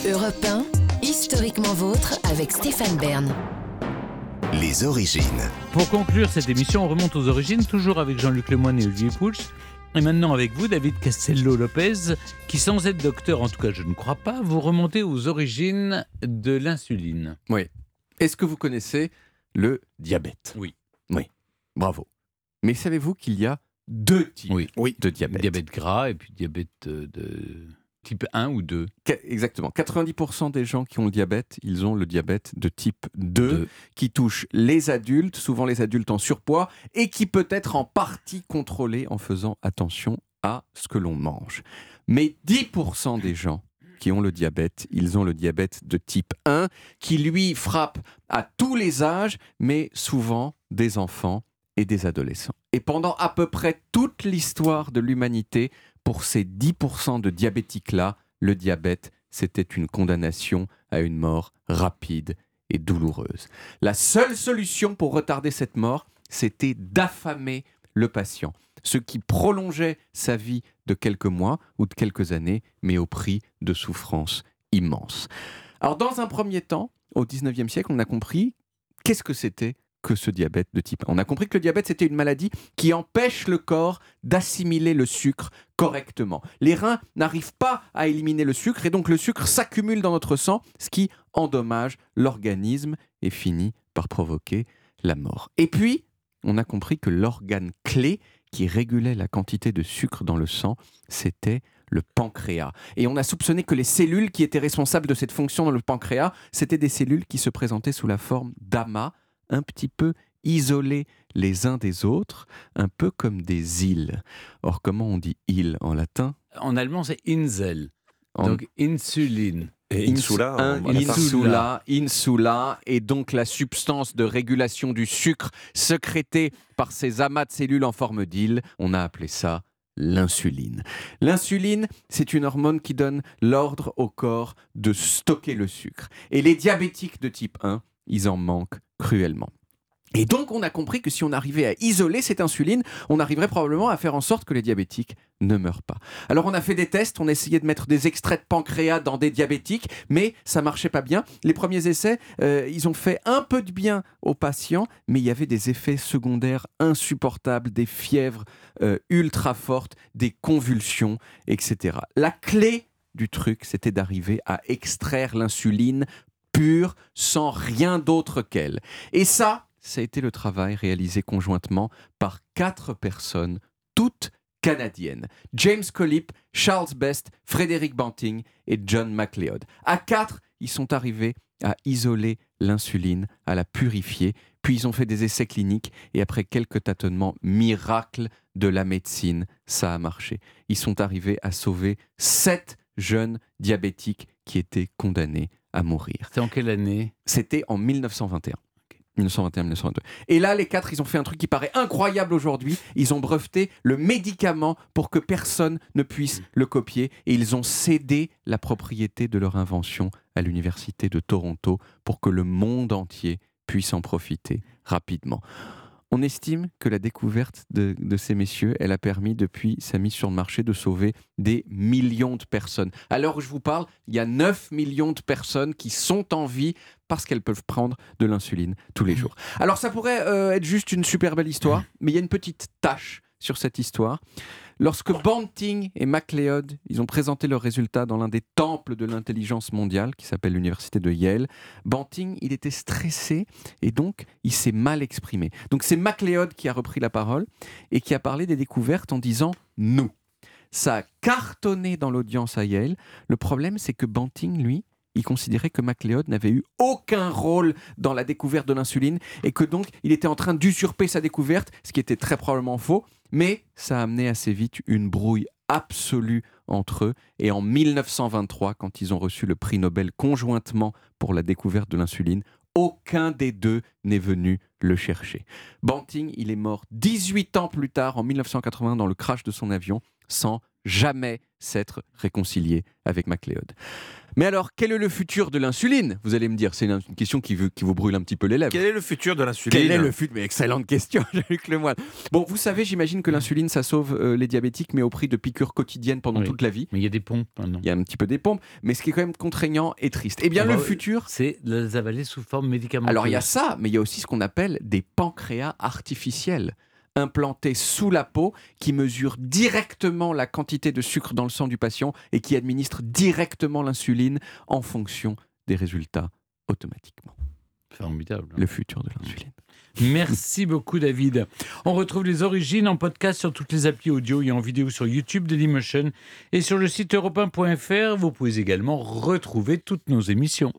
Europe 1, historiquement vôtre avec Stéphane Bern. Les origines. Pour conclure cette émission, on remonte aux origines, toujours avec Jean-Luc Lemoyne et Olivier Pouch. Et maintenant avec vous, David Castello-Lopez, qui sans être docteur, en tout cas je ne crois pas, vous remontez aux origines de l'insuline. Oui. Est-ce que vous connaissez le diabète ? Oui. Oui, bravo. Mais savez-vous qu'il y a deux types de diabète ? Diabète gras et puis diabète de type 1 ou 2. Exactement. 90% des gens qui ont le diabète, ils ont le diabète de type 2, qui touche les adultes, souvent les adultes en surpoids, et qui peut être en partie contrôlé en faisant attention à ce que l'on mange. Mais 10% des gens qui ont le diabète, ils ont le diabète de type 1, qui lui frappe à tous les âges, mais souvent des enfants et des adolescents. Et pendant à peu près toute l'histoire de l'humanité, pour ces 10% de diabétiques-là, le diabète, c'était une condamnation à une mort rapide et douloureuse. La seule solution pour retarder cette mort, c'était d'affamer le patient, ce qui prolongeait sa vie de quelques mois ou de quelques années, mais au prix de souffrances immenses. Alors, dans un premier temps, au 19e siècle, on a compris qu'est-ce que c'était que ce diabète de type 1. On a compris que le diabète, c'était une maladie qui empêche le corps d'assimiler le sucre correctement. Les reins n'arrivent pas à éliminer le sucre et donc le sucre s'accumule dans notre sang, ce qui endommage l'organisme et finit par provoquer la mort. Et puis, on a compris que l'organe clé qui régulait la quantité de sucre dans le sang, c'était le pancréas. Et on a soupçonné que les cellules qui étaient responsables de cette fonction dans le pancréas, c'était des cellules qui se présentaient sous la forme d'amas, un petit peu isolés les uns des autres, un peu comme des îles. Or, comment on dit île en latin ? En allemand, c'est Insel. Donc, insuline. Et insula, insula, et donc la substance de régulation du sucre sécrétée par ces amas de cellules en forme d'île, on a appelé ça l'insuline. L'insuline, c'est une hormone qui donne l'ordre au corps de stocker le sucre. Et les diabétiques de type 1, ils en manquent cruellement. Et donc, on a compris que si on arrivait à isoler cette insuline, on arriverait probablement à faire en sorte que les diabétiques ne meurent pas. Alors, on a fait des tests, on a essayé de mettre des extraits de pancréas dans des diabétiques, mais ça marchait pas bien. Les premiers essais, ils ont fait un peu de bien aux patients, mais il y avait des effets secondaires insupportables, des fièvres ultra fortes, des convulsions, etc. La clé du truc, c'était d'arriver à extraire l'insuline pure, sans rien d'autre qu'elle. Et ça a été le travail réalisé conjointement par 4 personnes, toutes canadiennes. James Collip, Charles Best, Frédéric Banting et John MacLeod. À 4, ils sont arrivés à isoler l'insuline, à la purifier, puis ils ont fait des essais cliniques et après quelques tâtonnements, miracle de la médecine, ça a marché. Ils sont arrivés à sauver 7 jeunes diabétiques qui étaient condamnés à mourir. C'était en quelle année ? C'était en 1921. 1921-1922. Et là, les 4, ils ont fait un truc qui paraît incroyable aujourd'hui. Ils ont breveté le médicament pour que personne ne puisse le copier. Et ils ont cédé la propriété de leur invention à l'Université de Toronto pour que le monde entier puisse en profiter rapidement. On estime que la découverte de ces messieurs, elle a permis, depuis sa mise sur le marché, de sauver des millions de personnes. À l'heure où je vous parle, il y a 9 millions de personnes qui sont en vie parce qu'elles peuvent prendre de l'insuline tous les jours. Alors ça pourrait être juste une super belle histoire, mais il y a une petite tâche sur cette histoire. Lorsque Banting et MacLeod, ils ont présenté leurs résultats dans l'un des temples de l'intelligence mondiale, qui s'appelle l'université de Yale, Banting, il était stressé et donc il s'est mal exprimé. Donc c'est MacLeod qui a repris la parole et qui a parlé des découvertes en disant « nous ». Ça a cartonné dans l'audience à Yale. Le problème, c'est que Banting, lui, il considérait que MacLeod n'avait eu aucun rôle dans la découverte de l'insuline et que donc il était en train d'usurper sa découverte, ce qui était très probablement faux. Mais ça a amené assez vite une brouille absolue entre eux. Et en 1923, quand ils ont reçu le prix Nobel conjointement pour la découverte de l'insuline, aucun des deux n'est venu le chercher. Banting, il est mort 18 ans plus tard, en 1980, dans le crash de son avion, sans jamais s'être réconcilié avec MacLeod. Mais alors, quel est le futur de l'insuline ? Vous allez me dire, c'est une question qui vous brûle un petit peu les lèvres. Quel est le futur de l'insuline ? Quel est le futur ? Mais excellente question, Jean-Luc Lemoyne. Bon, vous savez, j'imagine que l'insuline, ça sauve les diabétiques, mais au prix de piqûres quotidiennes pendant toute la vie. Mais il y a des pompes maintenant. Il y a un petit peu des pompes, mais ce qui est quand même contraignant et triste. Eh bien, le futur... C'est de les avaler sous forme médicamenteuse. Alors, il y a ça, mais il y a aussi ce qu'on appelle des pancréas artificiels, implantés sous la peau, qui mesurent directement la quantité de sucre dans le sang du patient et qui administrent directement l'insuline en fonction des résultats automatiquement. Formidable. Le futur de l'insuline. Merci beaucoup David. On retrouve les origines en podcast sur toutes les applis audio et en vidéo sur YouTube de Dailymotion et sur le site europe1.fr. Vous pouvez également retrouver toutes nos émissions.